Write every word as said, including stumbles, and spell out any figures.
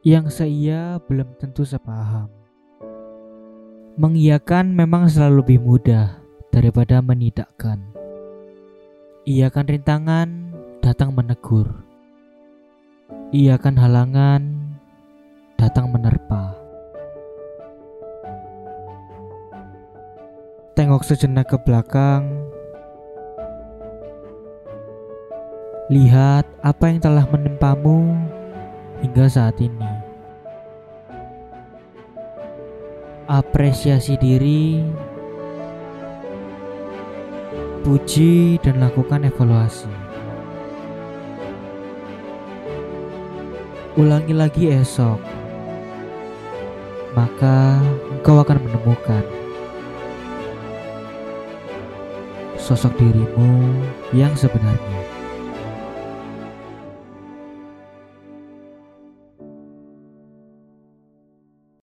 Yang seia belum tentu sepaham. Mengiyakan memang selalu lebih mudah daripada menidakkan. Iakan rintangan, datang menegur. Iakan halangan, datang menerpa. Tengok sejenak ke belakang. Lihat apa yang telah menempamu hingga saat ini. Apresiasi diri, puji dan lakukan evaluasi. Ulangi lagi esok, maka engkau akan menemukan sosok dirimu yang sebenarnya.